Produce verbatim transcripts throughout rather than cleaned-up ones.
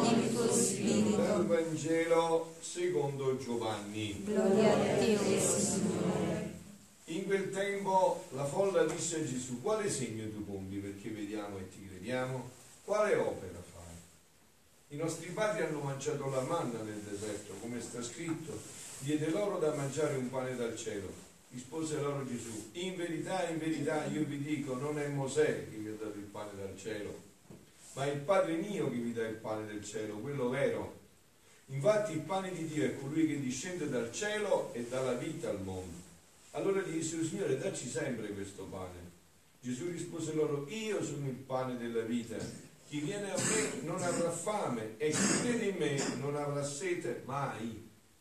il tuo spirito. Dal Vangelo secondo Giovanni. Gloria a Dio, Signore. In quel tempo la folla disse a Gesù: quale segno tu compi perché vediamo e ti crediamo? Quale opera fai? I nostri padri hanno mangiato la manna nel deserto, come sta scritto: diede loro da mangiare un pane dal cielo. Rispose loro Gesù: in verità, in verità io vi dico, non è Mosè che vi ha dato il pane dal cielo, ma il Padre mio che vi dà il pane del cielo, quello vero. Infatti il pane di Dio è colui che discende dal cielo e dà la vita al mondo. Allora gli dissero: Signore, dacci sempre questo pane. Gesù rispose loro: io sono il pane della vita. Chi viene a me non avrà fame e chi crede in me non avrà sete mai.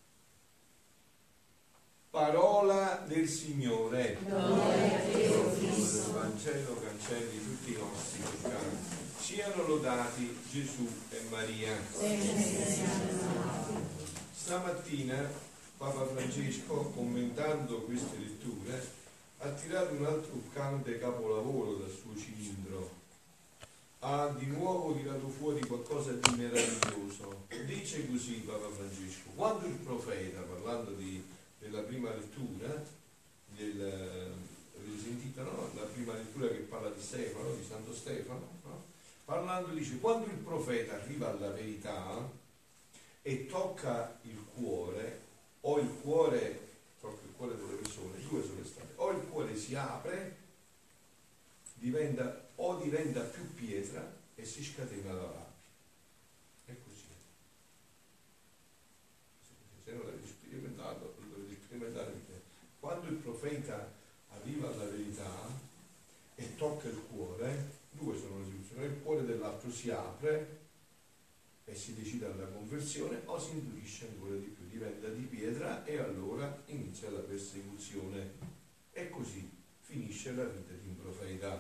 Parola del Signore. Gloria a Dio, Cristo. Il Vangelo cancelli tutti i nostri peccati. Siano lodati Gesù e Maria. Stamattina Papa Francesco, commentando queste letture, ha tirato un altro cante capolavoro dal suo cilindro. Ha di nuovo tirato fuori qualcosa di meraviglioso. Dice così Papa Francesco: quando il profeta, parlando di, della prima lettura, del, avete sentito, no? La prima lettura che parla di Stefano, di Santo Stefano, no? Parlando dice: quando il profeta arriva alla verità e tocca il cuore, o il cuore, proprio il cuore delle persone, due sono state, o il cuore si apre, diventa, o diventa più pietra e si scatena la rabbia. È così. Se non l'avete sperimentato, lo dovete sperimentare perché quando il profeta arriva alla verità e tocca il cuore, due sono le soluzioni: il cuore dell'altro si apre e si decide alla conversione, o si indurisce ancora di più, diventa di pietra e allora inizia la persecuzione. E così finisce la vita di un profeta.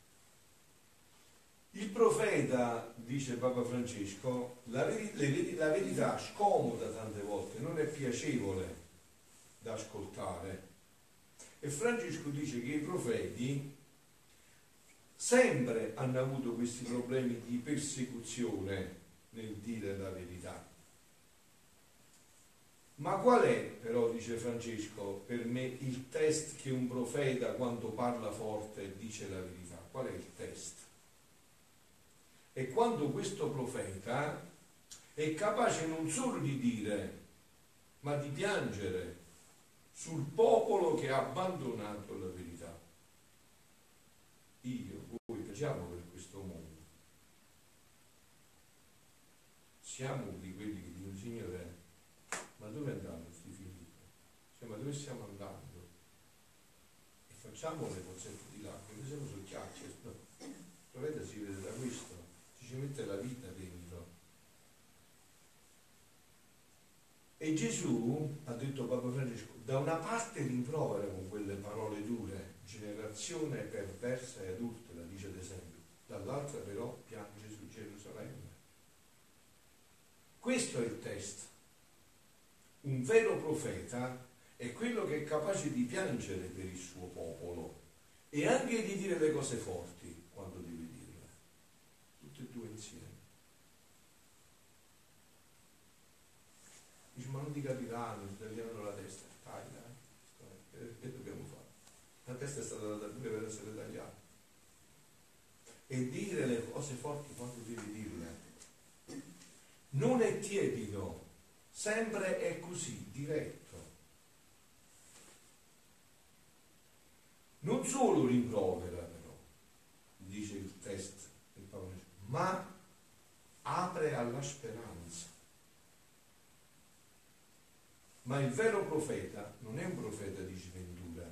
Il profeta, dice Papa Francesco, la, veri- la verità scomoda tante volte, non è piacevole da ascoltare. E Francesco dice che i profeti sempre hanno avuto questi problemi di persecuzione nel dire la verità. Ma qual è, però, dice Francesco, per me il test che un profeta, quando parla forte, dice la verità? Qual è il test? E quando questo profeta è capace non solo di dire, ma di piangere sul popolo che ha abbandonato la verità. Io, voi facciamo per questo mondo. Siamo di quelli che dicono: Signore, ma dove andranno questi figli? Cioè, ma dove stiamo andando? E facciamo le pozzette di l'acqua, noi siamo sul ghiaccio. No. Il profeta si vede da questo, ci mette la vita dentro. E Gesù, ha detto Papa Francesco, da una parte rimprovera con quelle parole dure, generazione perversa e adultera, dice ad esempio, dall'altra però piange su Gerusalemme. Questo è il test. Un vero profeta è quello che è capace di piangere per il suo popolo e anche di dire le cose forti quando deve dirle, tutte e due insieme. Dice: ma non ti capiranno, ti taglieranno la testa. Taglia, eh? Che dobbiamo fare? La testa è stata data pure per essere tagliata. E dire le cose forti quando devi dirle. Non è tiepido, sempre è così, diretto. Non solo rimprovera, però, dice il test del Papa, ma apre alla speranza. Ma il vero profeta non è un profeta di sventura.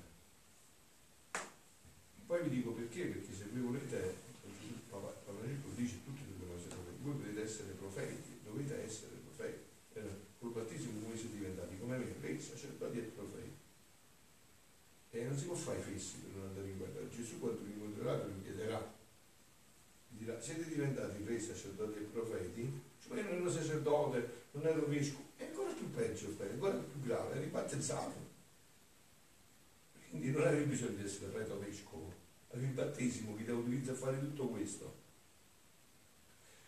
Poi vi dico perché, perché se voi volete, Papa Francesco dice tutte le cose, voi potete essere profeti, dovete essere profeti. Eh, col battesimo voi siete diventati come me, re, sacerdoti e profeti. E non si può fare i fessi per non andare in guerra. Gesù quando vi incontrerà vi chiederà, vi dirà: siete diventati re, sacerdoti e profeti? Cioè, io non ero sacerdote, non ero vescovo. È ancora più peggio, ancora più grave, eri battezzato. Quindi non avevi bisogno di essere prete o vescovo, avevi il battesimo che ti autorizza a fare tutto questo.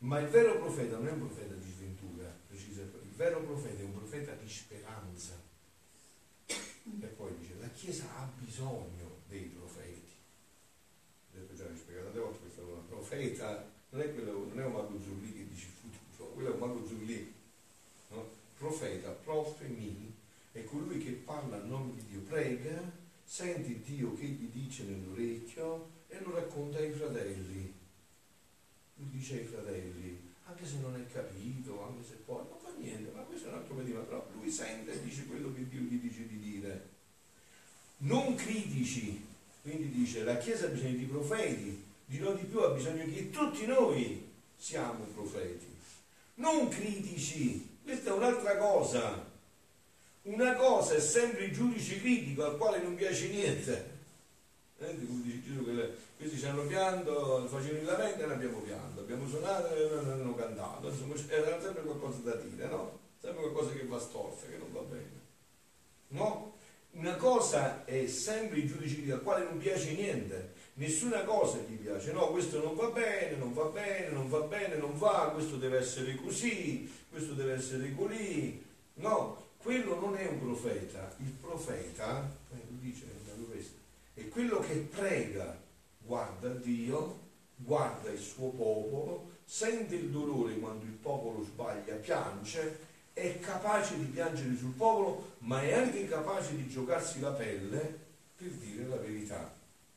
Ma il vero profeta non è un profeta di sventura, precisa, il vero profeta è un profeta di speranza. E poi dice, la Chiesa ha bisogno dei profeti. Ho detto già, vi ho spiegato tante volte questa parola. Profeta non è, quello, non è un mago Zurli che dice futuro, quello è un mago Zurli. No? Profeta, profemi, è colui che parla a nome di Dio, prega, senti Dio che gli dice nell'orecchio e lo racconta ai fratelli. Lui dice ai fratelli, anche se non è capito, anche se poi non fa niente, ma questo è un altro motivo, però lui sente e dice quello che Dio gli dice di dire. Non critici, quindi dice la Chiesa ha bisogno di profeti, dirò di più, ha bisogno che tutti noi siamo profeti. Non critici, questa è un'altra cosa. Una cosa è sempre il giudice critico al quale non piace niente. Eh, come dice Gesù, che le, questi ci hanno pianto, facevano il lamento e ne abbiamo pianto, abbiamo suonato e non hanno cantato, insomma era sempre qualcosa da dire, no? Sempre qualcosa che va storta, che non va bene. No? Una cosa è sempre il giudice critico al quale non piace niente, nessuna cosa gli piace, no, questo non va bene, non va bene, non va bene, non va, questo deve essere così, questo deve essere così, no, quello non è un profeta. Il profeta, eh, lo dice questo, è quello che prega, guarda Dio, guarda il suo popolo, sente il dolore quando il popolo sbaglia, piange, è capace di piangere sul popolo, ma è anche capace di giocarsi la pelle per dire la verità.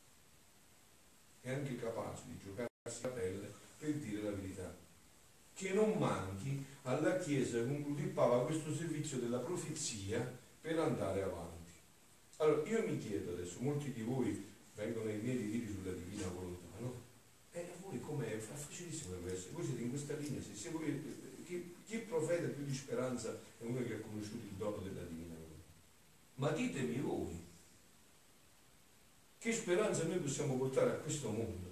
È anche capace di giocarsi la pelle per dire la verità. Che non manchi alla Chiesa, conclude il Papa, questo servizio della profezia per andare avanti. Allora, io mi chiedo adesso, molti di voi vengono ai miei ritiri sulla divina volontà, no? E a voi com'è? Fa facilissimo deve essere. Voi siete in questa linea, se, se voi, chi, chi profeta più di speranza è uno che ha conosciuto il dono della divina volontà. Ma ditemi voi, che speranza noi possiamo portare a questo mondo?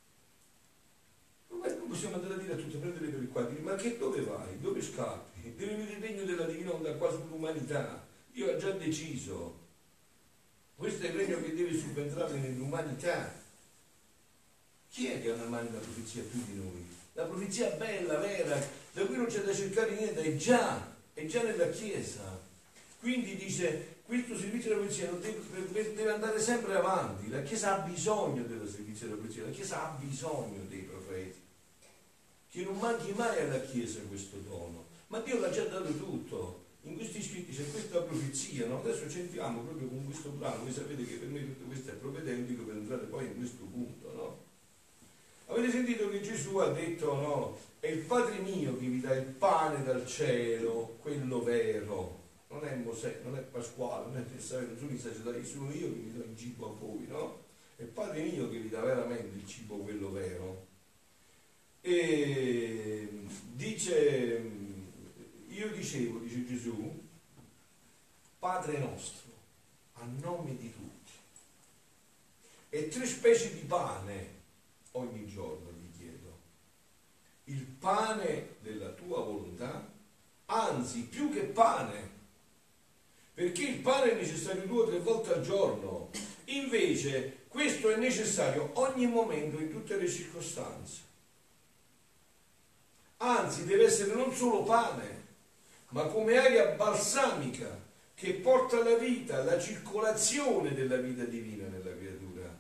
Non possiamo andare a dire a tutti, prendere per il qua, dire, ma che dove vai? Dove scappi? Devi vedere il regno della divina volontà qua sull'umanità. Io ho già deciso. Questo è il regno che deve subentrare nell'umanità. Chi è che ha una mano nella profezia più di noi? La profezia bella, vera, da cui non c'è da cercare niente, è già, è già nella Chiesa. Quindi dice, questo servizio della profezia deve, deve andare sempre avanti. La Chiesa ha bisogno del servizio della profezia, la Chiesa ha bisogno dei profeti. Che non manchi mai alla Chiesa questo dono. Ma Dio l'ha già dato tutto. In questi scritti c'è questa profezia, no? Adesso ci entriamo proprio con questo brano. Voi sapete che per me tutto questo è propedeutico per entrare poi in questo punto, no? Avete sentito che Gesù ha detto, no? È il Padre mio che vi dà il pane dal cielo, quello vero. Non è Mosè, non è Pasquale, non è necessario, non sono i sacerdoti, sono io che vi do il cibo a voi, no? È il Padre mio che vi dà veramente il cibo, quello vero. E dice, io dicevo, dice Gesù, Padre nostro, a nome di tutti, e tre specie di pane ogni giorno vi chiedo, il pane della tua volontà, anzi più che pane, perché il pane è necessario due o tre volte al giorno, invece questo è necessario ogni momento, in tutte le circostanze. Anzi, deve essere non solo pane, ma come aria balsamica che porta la vita, la circolazione della vita divina nella creatura.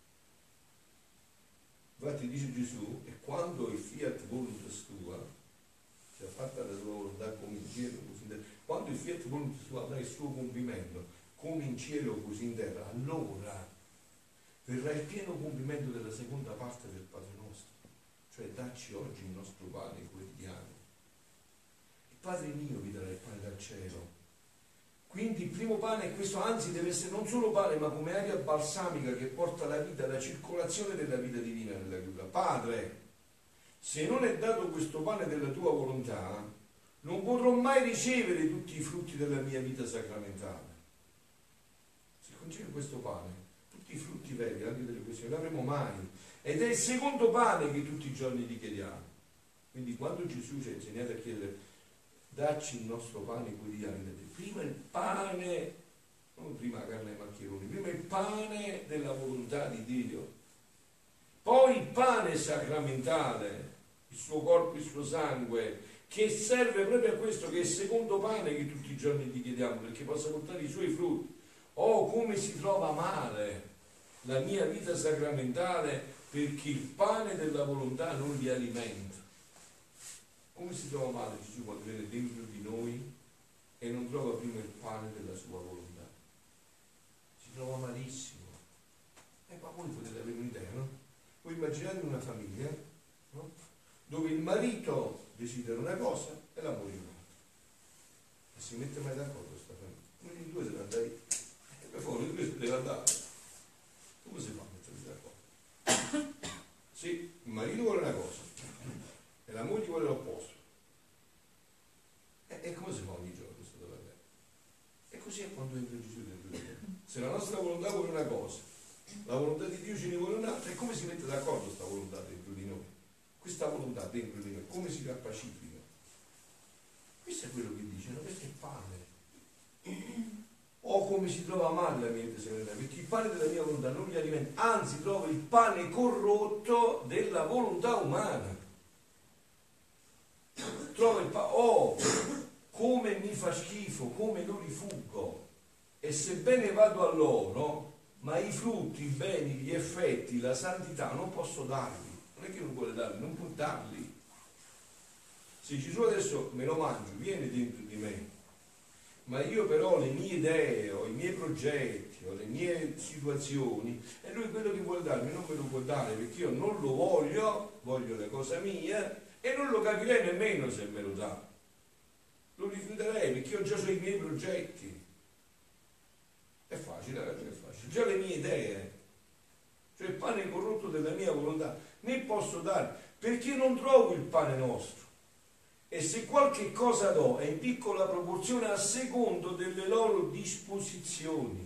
Infatti dice Gesù, e quando il fiat voluntas tua, sia fatta la tua volontà come in cielo così in terra, quando il fiat voluntas tua avrà il suo compimento come in cielo così in terra, allora verrà il pieno compimento della seconda parte del Padre nostro. Cioè dacci oggi il nostro pane quotidiano. Il Padre mio vi darà il pane dal cielo. Quindi il primo pane è questo, anzi deve essere non solo pane, ma come aria balsamica che porta la vita, la circolazione della vita divina nella creatura. Padre, se non è dato questo pane della tua volontà, non potrò mai ricevere tutti i frutti della mia vita sacramentale. Se concede questo pane, tutti i frutti veri, anche delle questioni, non l'avremo mai. Ed è il secondo pane che tutti i giorni ti chiediamo. Quindi quando Gesù ci ha insegnato a chiedere dacci il nostro pane quotidiano, prima il pane, non prima la carne ai maccheroni, prima il pane della volontà di Dio, poi il pane sacramentale, il suo corpo, il suo sangue, che serve proprio a questo, che è il secondo pane che tutti i giorni gli chiediamo, perché possa portare i suoi frutti. Oh, come si trova male la mia vita sacramentale perché il pane della volontà non li alimenta. Come si trova male Gesù quando viene dentro di noi e non trova prima il pane della sua volontà? Si trova malissimo. E ma voi potete avere un'idea, no? Voi immaginate una famiglia, no? Dove il marito desidera una cosa e la moglie un'altra. E si mette mai d'accordo questa famiglia? Uno dei due deve andare, e per favore, uno dei due deve andare. Come si fa a mettersi d'accordo? Sì, il marito vuole una cosa e la moglie vuole l'opposto. E, e come si fa ogni giorno questo deve andare? E così è quando entra Gesù dentro di noi. Se la nostra volontà vuole una cosa, la volontà di Dio ce ne vuole un'altra, e come si mette d'accordo questa volontà dentro di noi? Questa volontà dentro di noi, come si rappacifica? Questo è quello che dice, no? Questo è il pane. O come si trova male la mia vita segreta, perché il pane della mia volontà non li alimenta, anzi trova il pane corrotto della volontà umana. Trova il pane, oh, come mi fa schifo, come lo rifuggo. E sebbene vado a loro, ma i frutti, i beni, gli effetti, la santità non posso darli. Non è che non vuole darli, non può darli. Se Gesù adesso me lo mangio, viene dentro di me, ma io però ho le mie idee, ho i miei progetti, ho le mie situazioni, e lui quello che vuole darmi non me lo può dare, perché io non lo voglio, voglio le cose mie, e non lo capirei nemmeno se me lo dà. Lo rifiuterei, perché io già ho i miei progetti. È facile, ragazzi, è facile. Già le mie idee, cioè il pane corrotto della mia volontà, ne posso dare, perché non trovo il pane nostro. E se qualche cosa do è in piccola proporzione a secondo delle loro disposizioni.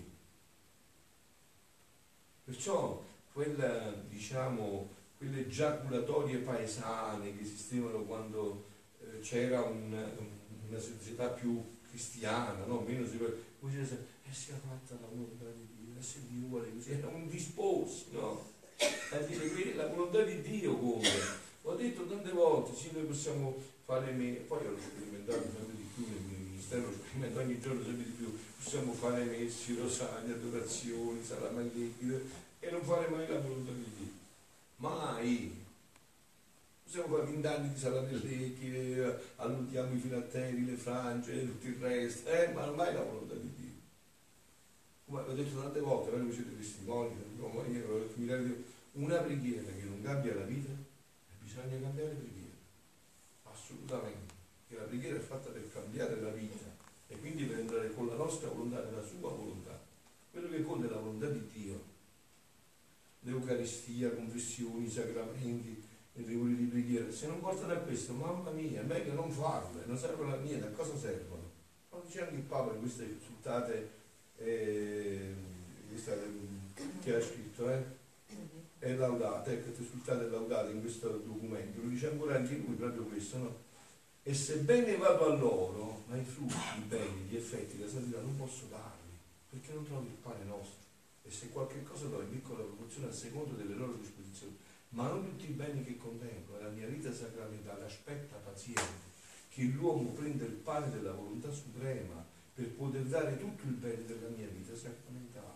Perciò quella, diciamo, quelle giaculatorie paesane che esistevano quando eh, c'era un, un, una società più cristiana, no? Meno sicura, voi dite sempre, eh, sia fatta la volontà di Dio, e se Dio vuole così, era un disposto, no? A dire che la volontà di Dio come? Ho detto tante volte, sì, noi possiamo fare messe, poi ho sperimentato sempre di più nel mio ministero, lo sperimento ogni giorno sempre di più, possiamo fare messi, rosari, adorazioni, salamandecchi, e non fare mai la volontà di Dio. Mai! Possiamo fare vent'anni di salamandecchi, alluntiamo i filatteri, le frange, tutto il resto, eh, ma mai la volontà di Dio. Come ho detto tante volte, voi siete testimoni, una preghiera che non cambia la vita, bisogna cambiare preghiera. Assolutamente, che la preghiera è fatta per cambiare la vita e quindi per entrare con la nostra volontà nella sua volontà. Quello che conta è la volontà di Dio. L'Eucaristia, confessioni, sacramenti, i rigori di preghiera, se non portano a questo, mamma mia, è meglio non farle, non servono a niente. A cosa servono? Quando c'è anche il Papa in queste risultate eh, che ha scritto, eh? È laudata, ecco, il risultato è laudato in questo documento, lo dice ancora anche lui proprio questo, no? E sebbene vado a loro, ma i frutti, i beni, gli effetti, la santità non posso darli, perché non trovo il pane nostro. E se qualche cosa do in piccola proporzione a secondo delle loro disposizioni, ma non tutti i beni che contengo, la mia vita sacramentale aspetta paziente che l'uomo prenda il pane della volontà suprema per poter dare tutto il bene della mia vita sacramentale.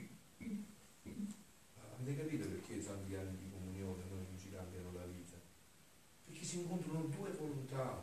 Avete capito perché tanti anni di comunione noi non ci cambiano la vita? Perché si incontrano due volontà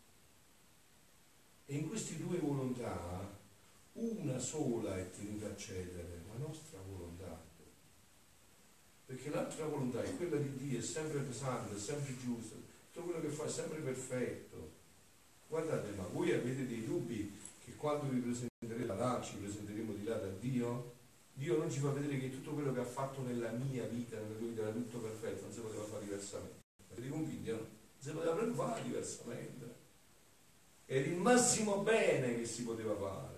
e in queste due volontà una sola è tenuta a cedere, la nostra volontà, perché l'altra volontà è quella di Dio, è sempre pesante, è sempre giusta, tutto quello che fa è sempre perfetto. Guardate, ma voi avete dei dubbi che quando vi presenterete là, ci presenteremo di là da Dio? Dio non ci fa vedere che tutto quello che ha fatto nella mia vita, nella tua vita, era tutto perfetto, non si poteva fare diversamente. Siete convinti, no? Non si poteva proprio fare diversamente. Era il massimo bene che si poteva fare.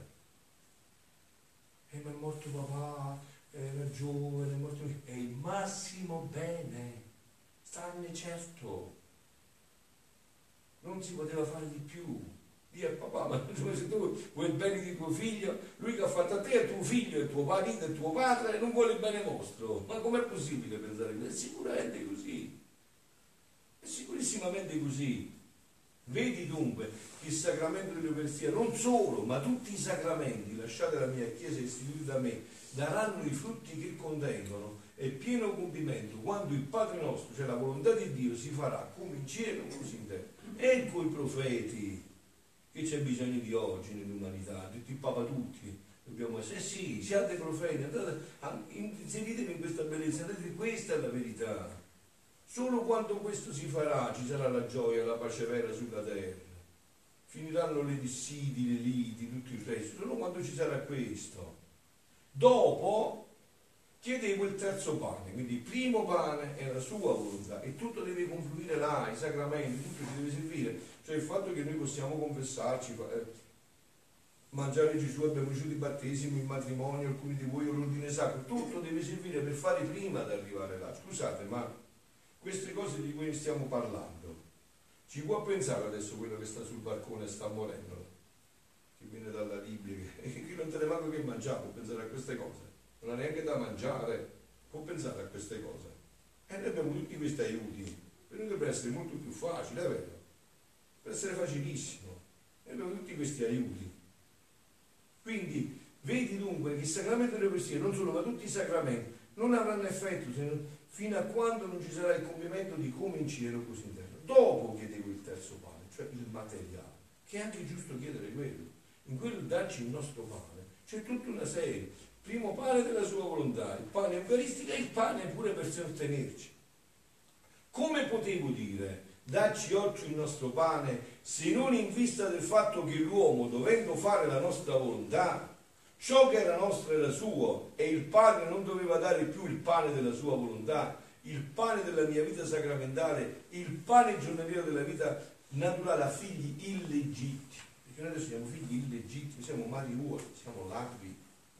E ma è morto papà, era giovane, è morto... È il massimo bene. Stanne certo. Non si poteva fare di più. Dio papà, ma se tu vuoi il bene di tuo figlio, lui che ha fatto a te è tuo figlio, è tuo marito, è tuo padre, e non vuole il bene nostro. Ma com'è possibile pensare così? È sicuramente così. È sicuramente simplissimamente così. Vedi dunque che il sacramento dell'Eucaristia, non solo, ma tutti i sacramenti lasciati alla mia Chiesa e istituiti da me, daranno i frutti che contengono e pieno compimento quando il Padre nostro, cioè la volontà di Dio, si farà come in cielo così in terra. Ecco i profeti che c'è bisogno di oggi nell'umanità, tutti il Papa, tutti dobbiamo essere, eh sì, siate profeti, andate, inseritevi in questa bellezza, questa è la verità. Solo quando questo si farà ci sarà la gioia, la pace vera sulla terra, finiranno le dissidi, le liti, tutto il resto, solo quando ci sarà questo. Dopo chiedevo il terzo pane, quindi il primo pane è la sua volontà e tutto deve confluire là, i sacramenti, tutto ci deve servire, cioè il fatto che noi possiamo confessarci, eh, mangiare Gesù, abbiamo ricevuto il battesimo, il matrimonio, alcuni di voi l'ordine sacro, tutto deve servire per fare prima di arrivare là. Scusate, ma queste cose di cui stiamo parlando, ci può pensare adesso quello che sta sul balcone e sta morendo, che viene dalla Libia, e che non te ne manco che mangiare, può pensare a queste cose, non ha neanche da mangiare, può pensare a queste cose. E noi abbiamo tutti questi aiuti, per noi dovrebbe essere molto più facile, è vero? Per essere facilissimo, noi abbiamo tutti questi aiuti. Quindi vedi dunque che il sacramento dell'Eucaristia, non solo, ma tutti i sacramenti, non avranno effetto se non, fino a quando non ci sarà il compimento di come in cielo così in terra. Dopo chiedevo il terzo pane, cioè il materiale, che è anche giusto chiedere quello. In quello darci il nostro pane, c'è tutta una serie. Primo pane della sua volontà, il pane eucaristico e il pane pure per sostenerci. Come potevo dire, dacci oggi il nostro pane, se non in vista del fatto che l'uomo, dovendo fare la nostra volontà, ciò che era nostro era suo e il Padre non doveva dare più il pane della sua volontà, il pane della mia vita sacramentale, il pane giornaliero della vita naturale a figli illegittimi. Perché noi adesso siamo figli illegittimi, siamo mali uomini, siamo ladri.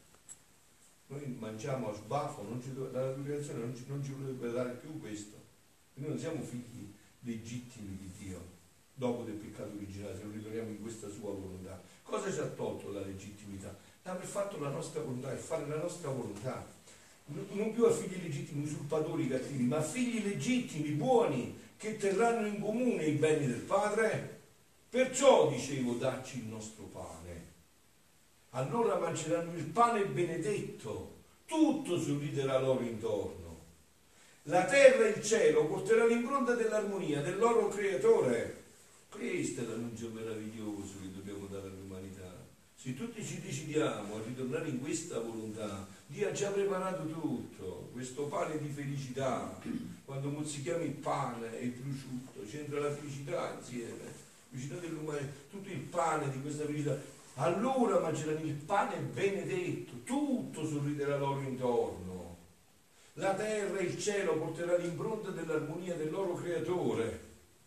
Noi mangiamo a sbaffo, non ci, la naturalizzazione non ci, non ci dovrebbe dare più questo. Noi non siamo figli legittimi di Dio, dopo del peccato originale, se non ritorniamo in questa sua volontà. Cosa ci ha tolto la legittimità? Aver fatto la nostra volontà e fare la nostra volontà, non più a figli legittimi usurpatori cattivi, ma a figli legittimi buoni che terranno in comune i beni del Padre. Perciò dicevo, dacci il nostro pane. Allora mangeranno il pane benedetto, tutto sorriderà loro intorno. La terra e il cielo porteranno l'impronta dell'armonia del loro creatore. Questo è l'annuncio meraviglioso che dobbiamo dare all'umanità. Se tutti ci decidiamo a ritornare in questa volontà, Dio ha già preparato tutto, questo pane di felicità. Quando mozzichiamo il pane e il prosciutto, c'entra la felicità insieme, la felicità dell'umanità, tutto il pane di questa felicità. Allora mangeranno il pane benedetto, tutto sorriderà loro intorno. La terra e il cielo porterà l'impronta dell'armonia del loro creatore.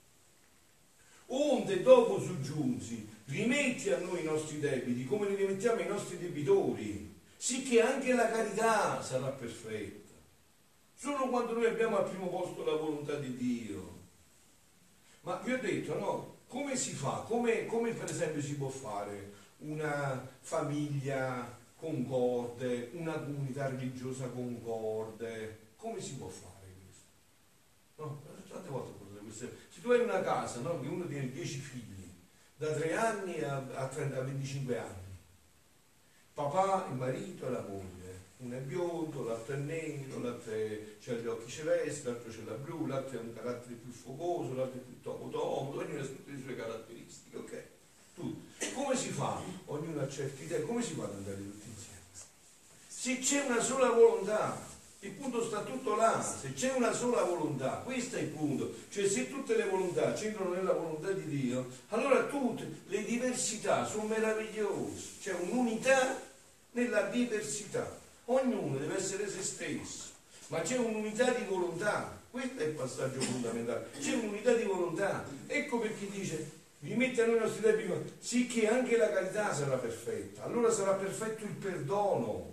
Onde dopo soggiunsi, rimetti a noi i nostri debiti come li rimettiamo ai nostri debitori, sicché anche la carità sarà perfetta. Solo quando noi abbiamo al primo posto la volontà di Dio. Ma vi ho detto, no? Come si fa? Come, come per esempio si può fare una famiglia concorde, una comunità religiosa concorde? Come si può fare questo? No? Tante volte queste... se tu hai una casa, no? Che uno tiene dieci figli da tre anni a, a, trenta, a venticinque anni, papà, il marito e la moglie, uno è biondo, l'altro è nero, l'altro ha gli occhi celesti, l'altro ce l'ha blu, l'altro ha un carattere più focoso, l'altro è più topo-topo, ognuno ha tutte le sue caratteristiche, ok? Tutto. Come si fa? Ognuno ha certe idee, come si fa ad andare tutti insieme? Se c'è una sola volontà, il punto sta tutto là, se c'è una sola volontà, questo è il punto, cioè se tutte le volontà c'entrano nella volontà di Dio, allora tutte le diversità sono meravigliose, c'è un'unità nella diversità, ognuno deve essere se stesso, ma c'è un'unità di volontà, questo è il passaggio fondamentale, c'è un'unità di volontà, ecco perché dice rimette a noi i nostri debiti, sì che anche la carità sarà perfetta, allora sarà perfetto il perdono,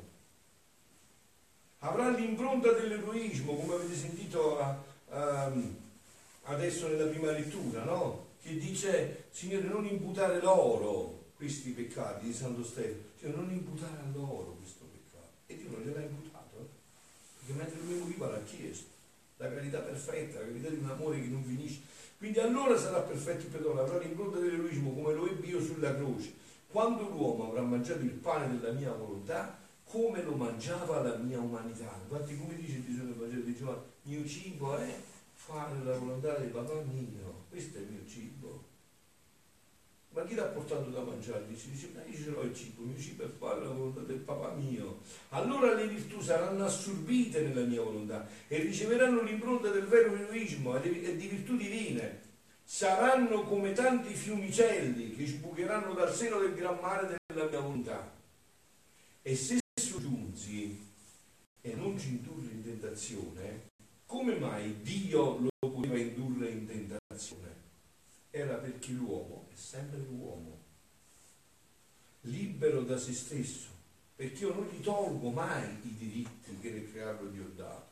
avrà l'impronta dell'eroismo, come avete sentito a, a, adesso nella prima lettura, no? Che dice, Signore, non imputare loro questi peccati di Santo Stefano, cioè non imputare a loro questo peccato. E Dio non gliel'ha imputato, eh? Perché mentre lui moriva l'ha chiesto, la carità perfetta, la carità di un amore che non finisce. Quindi allora sarà perfetto il perdono, avrà l'impronta dell'eroismo come lo ebbi io sulla croce. Quando l'uomo avrà mangiato il pane della mia volontà, come lo mangiava la mia umanità. Infatti come dice Gesù nel Vangelo di Giovanni, il mio cibo è fare la volontà del papà mio, questo è il mio cibo. Ma chi l'ha portato da mangiare? Dice, dice ma io ce l'ho il cibo, il mio cibo è fare la volontà del papà mio. Allora le virtù saranno assorbite nella mia volontà e riceveranno l'impronta del vero eroismo e di virtù divine. Saranno come tanti fiumicelli che sbucheranno dal seno del gran mare della mia volontà. E se soggiunsi e non ci indurre in tentazione, come mai Dio lo poteva indurre in tentazione? Era perché l'uomo è sempre l'uomo, libero da se stesso, perché io non gli tolgo mai i diritti che nel crearlo gli ho dato.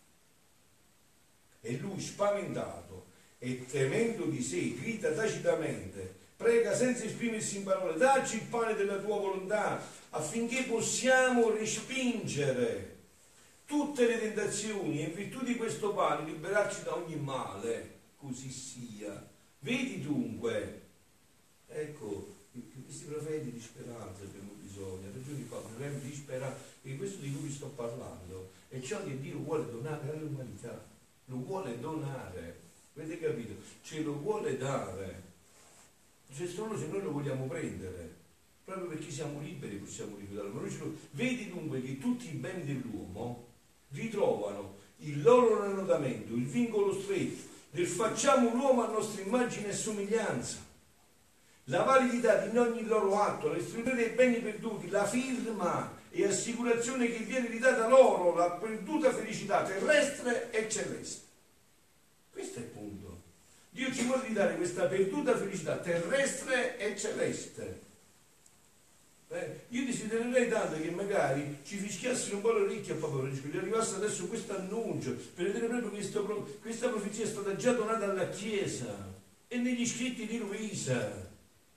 E lui, spaventato e temendo di sé, grida tacitamente, prega senza esprimersi in parole, dacci il pane della tua volontà, affinché possiamo respingere tutte le tentazioni e in virtù di questo pane liberarci da ogni male. Così sia. Vedi dunque, ecco, questi profeti di speranza abbiamo bisogno, ragioni qua, profeti di speranza, e questo di cui vi sto parlando è ciò che Dio vuole donare all'umanità, lo vuole donare, avete capito? Ce lo vuole dare, cioè solo se noi lo vogliamo prendere, proprio perché siamo liberi possiamo rifiutarlo. Ma noi ce lo... Vedi dunque che tutti i beni dell'uomo ritrovano il loro annodamento, il vincolo stretto del facciamo l'uomo a nostra immagine e somiglianza, la validità di ogni loro atto, la restituzione dei beni perduti, la firma e assicurazione che viene ridata loro la perduta felicità terrestre e celeste. Questo è il punto. Dio ci vuole ridare questa perduta felicità terrestre e celeste. Eh, io desidererei tanto che magari ci fischiassero un po' le orecchie a Papa Francesco, gli arrivasse adesso questo annuncio per vedere proprio che questo, questa profezia è stata già donata alla Chiesa e negli scritti di Luisa.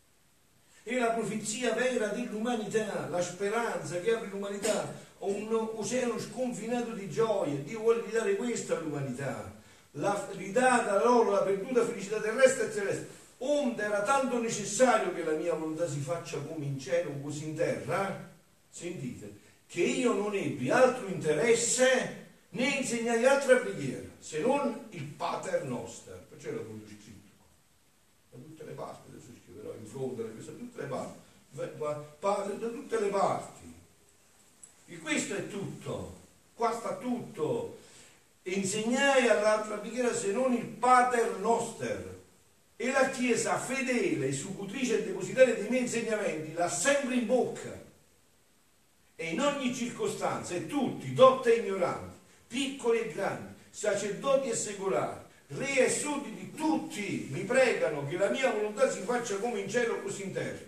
È la profezia vera dell'umanità, la speranza che apre l'umanità a un oceano sconfinato di gioia. Dio vuole ridare questo all'umanità, la ridata loro la perduta felicità terrestre e celeste. Onde era tanto necessario che la mia volontà si faccia come in cielo così in terra, sentite, che io non ebbi altro interesse né insegnai altra preghiera se non il Pater Noster. Perciò era tutto scritto da tutte le parti, adesso scriverò in fronte da tutte le parti, Padre da tutte le parti. E questo è tutto, qua sta tutto. E insegnai all'altra preghiera se non il Pater Noster. E la Chiesa fedele, esecutrice e depositaria dei miei insegnamenti, l'ha sempre in bocca. E in ogni circostanza, e tutti, dotti e ignoranti, piccoli e grandi, sacerdoti e secolari, re e sudditi, tutti mi pregano che la mia volontà si faccia come in cielo così in terra.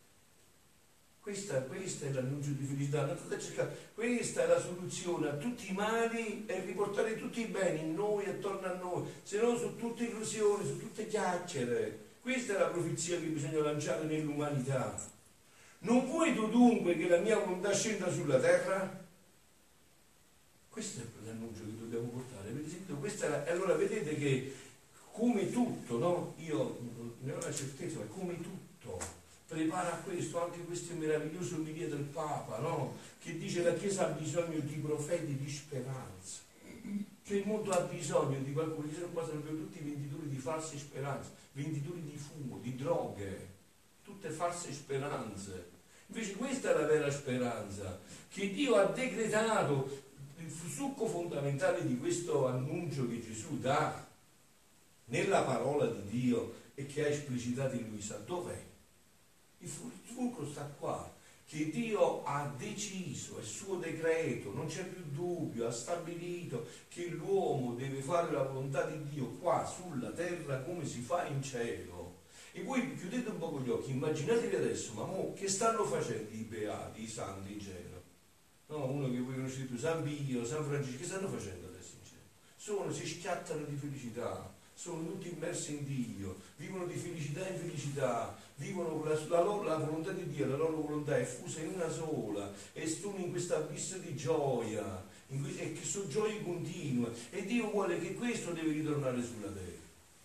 Questa, questa è l'annuncio di felicità, andate a cercare. Questa è la soluzione a tutti i mali e riportare tutti i beni in noi, attorno a noi, se no su tutte illusioni, su tutte chiacchiere. Questa è la profezia che bisogna lanciare nell'umanità. Non vuoi tu dunque che la mia volontà scenda sulla terra? Questo è l'annuncio che dobbiamo portare. Avete sentito? Questa è la... Allora vedete che come tutto, no? Io ne ho la certezza, ma come tutto prepara a questo, anche questo meraviglioso omelia del Papa, no? Che dice la Chiesa ha bisogno di profeti di speranza, cioè il mondo ha bisogno di qualcuno, che non possono più tutti venditori di false speranze, venditori di fumo, di droghe, tutte false speranze. Invece questa è la vera speranza che Dio ha decretato. Il succo fondamentale di questo annuncio che Gesù dà nella parola di Dio e che ha esplicitato in Luisa, dov'è? Il fulcro sta qua, che Dio ha deciso, è suo decreto, non c'è più dubbio, ha stabilito che l'uomo deve fare la volontà di Dio qua sulla terra come si fa in cielo. E voi chiudete un po' gli occhi, immaginatevi adesso, ma mo, che stanno facendo i beati, i santi in cielo? No, uno che voi conoscete, San Pio, San Francesco, che stanno facendo adesso in cielo? Sono, si schiattano di felicità, sono tutti immersi in Dio, vivono di felicità in felicità, vivono la, la, loro, la volontà di Dio, la loro volontà è fusa in una sola e sono in questo abisso di gioia, in que- e che sono gioie continue, e Dio vuole che questo deve ritornare sulla terra.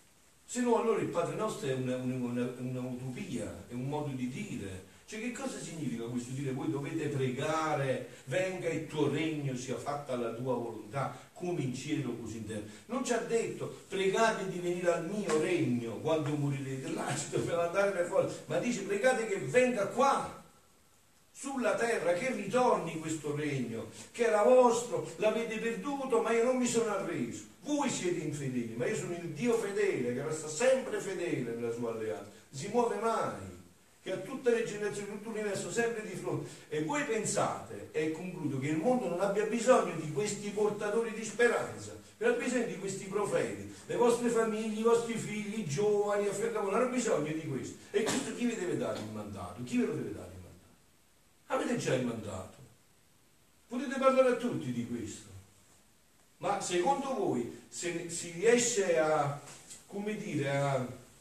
Se no allora il Padre nostro è una, una, una, un'utopia, è un modo di dire. Cioè che cosa significa questo dire? Voi dovete pregare, venga il tuo regno, sia fatta la tua volontà, come in cielo così in terra. Non ci ha detto pregate di venire al mio regno quando morirete, là ci dobbiamo andare per forza, ma dice pregate che venga qua, sulla terra, che ritorni questo regno, che era vostro, l'avete perduto, ma io non mi sono arreso. Voi siete infedeli, ma io sono il Dio fedele, che resta sempre fedele nella sua alleanza, non si muove mai, che ha tutte le generazioni, tutto l'universo sempre di fronte. E voi pensate, e concludo, che il mondo non abbia bisogno di questi portatori di speranza, non ha bisogno di questi profeti, le vostre famiglie, i vostri figli, i giovani, non hanno bisogno di questo. E questo chi vi deve dare il mandato? Chi ve lo deve dare il mandato? Avete già il mandato, potete parlare a tutti di questo, ma secondo voi se si riesce a, come dire, a,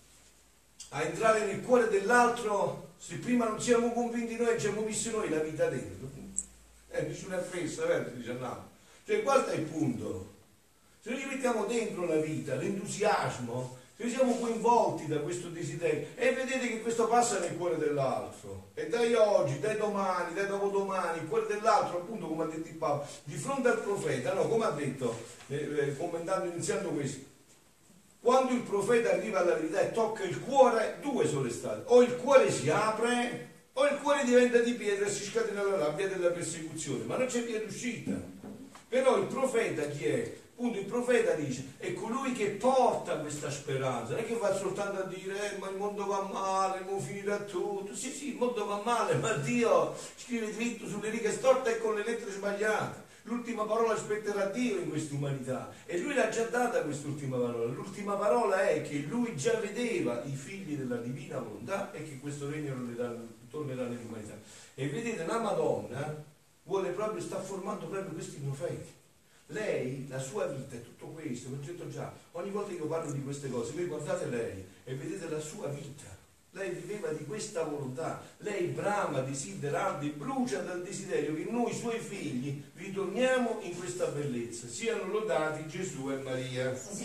a entrare nel cuore dell'altro, se prima non siamo convinti noi e ci abbiamo messo noi la vita dentro, eh, nessuna festa, vero? Dice no. Cioè questo è il punto, se noi ci mettiamo dentro la vita, l'entusiasmo, se siamo coinvolti da questo desiderio e vedete che questo passa nel cuore dell'altro e dai oggi, dai domani, dai dopodomani, il cuore dell'altro, appunto come ha detto il Papa, di fronte al profeta, no, come ha detto, eh, eh, commentando, iniziando questo, quando il profeta arriva alla verità e tocca il cuore, due sono le strade, o il cuore si apre o il cuore diventa di pietra e si scatena la rabbia della persecuzione, ma non c'è via d'uscita. Però il profeta chi è? Appunto il profeta dice è colui che porta questa speranza, non è che va soltanto a dire eh, ma il mondo va male, non finirà tutto. Sì sì, il mondo va male, ma Dio scrive dritto sulle righe storte e con le lettere sbagliate. L'ultima parola spetterà a Dio in questa umanità e lui l'ha già data quest'ultima parola. L'ultima parola è che lui già vedeva i figli della divina volontà e che questo regno tornerà nell'umanità. E vedete, la Madonna vuole proprio, sta formando proprio questi profeti. Lei, la sua vita è tutto questo, vi ho detto già, ogni volta che io parlo di queste cose, voi guardate lei e vedete la sua vita. Lei viveva di questa volontà, lei brama, desidera, arde, brucia dal desiderio che noi, suoi figli, ritorniamo in questa bellezza. Siano lodati Gesù e Maria.